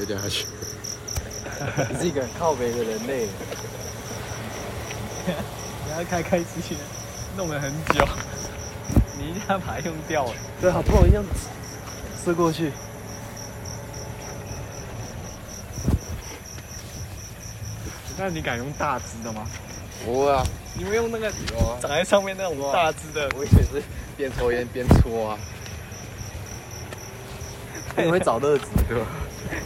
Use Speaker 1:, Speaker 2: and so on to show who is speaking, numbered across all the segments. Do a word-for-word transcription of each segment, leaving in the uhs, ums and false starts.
Speaker 1: 就掉下去。
Speaker 2: 你是一个很靠北的人类。
Speaker 3: 你要开开机器人，弄了很久，你一定要把它用掉了。
Speaker 2: 对，好不容易这样射过去。
Speaker 3: 那你敢用大只的吗？
Speaker 1: 不会啊，
Speaker 3: 你们用那个长在上面那种大只的，
Speaker 1: 我以为是边抽烟边搓啊。
Speaker 2: 你会找乐子对吧？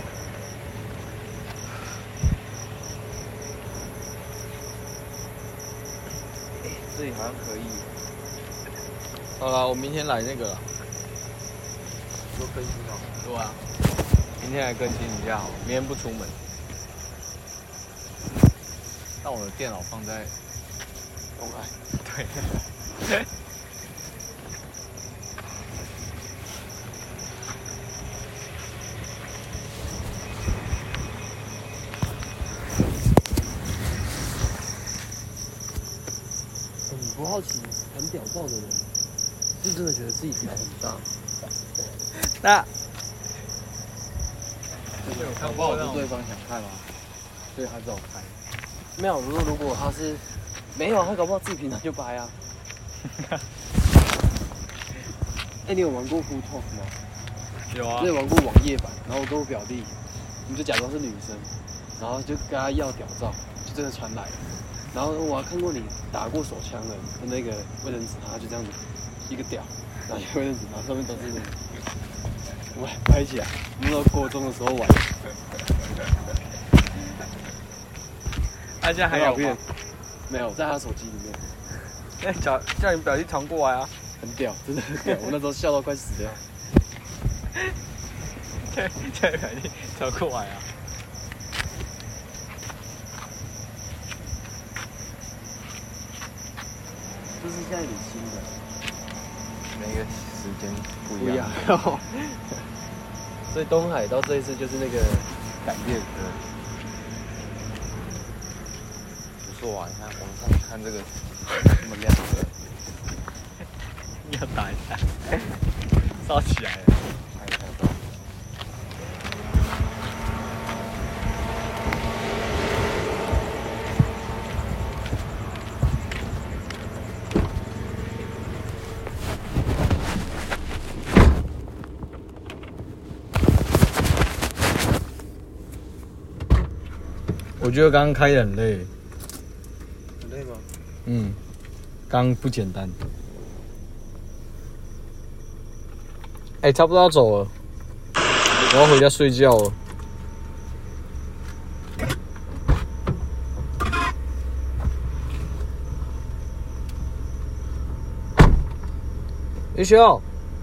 Speaker 2: 这里好像可以。
Speaker 1: 好了，我明天来那个了。
Speaker 2: 做更新哦。
Speaker 1: 对啊，明天来更新一下好了，明天不出门。但我的电脑放在
Speaker 2: 东海。
Speaker 1: 对。
Speaker 2: 你不好奇很屌爆的人，是真的觉得自己屌很大？
Speaker 3: 那
Speaker 1: 就是有看过，是对方想看吗？所以他只好拍。
Speaker 2: 没有，如果如果他是没有，他搞不好自己平常就拍啊。哎、欸，你有玩过 Food Talk 吗？
Speaker 3: 有啊。
Speaker 2: 我也玩过网页版，然后我跟我表弟，我们就假装是女生，然后就跟他要屌照，就真的传来了。然后我还看过你打过手枪的那个卫生纸，他就这样子一个屌，然后一个卫生纸，然后上面都是那个，我拍起来，我们那时候国中的时候玩。
Speaker 3: 他现在还有
Speaker 2: 片？没有，在他手机里面。
Speaker 3: 那叫叫你表弟传过来啊，
Speaker 2: 很屌，真的很屌，我那时候笑到快死掉。
Speaker 3: 叫叫你表弟传过来啊。
Speaker 2: 这是现在很新的，
Speaker 1: 每个时间不
Speaker 2: 不一
Speaker 1: 一样。
Speaker 2: 样。所以东海到这一次就是那个改变，
Speaker 1: 不错啊！你看网上看这个这么亮的，
Speaker 3: 要打一下，烧起来了。
Speaker 1: 看一下照。我觉得刚刚开得很累。
Speaker 2: 很累吗？
Speaker 1: 嗯，刚不简单。哎、欸，差不多要走了，我要回家睡觉了。叶修。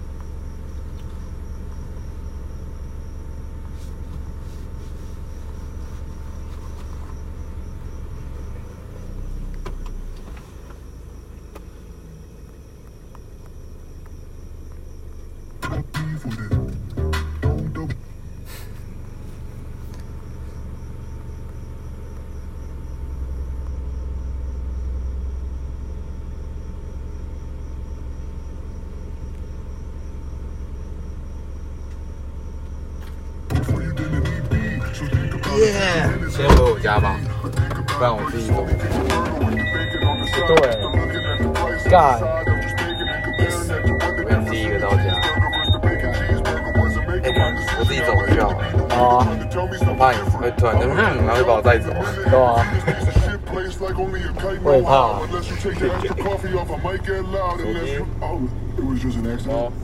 Speaker 1: 耶！先回我家吧，不然我自己走。
Speaker 2: 对，干，
Speaker 1: 我想自己一个到家。哎、欸，我自己走回去好了。
Speaker 2: 好啊，
Speaker 1: 我怕你会突然就嗯，然后就把我带走。
Speaker 2: 对啊，我也怕、啊。
Speaker 1: 手机。哦。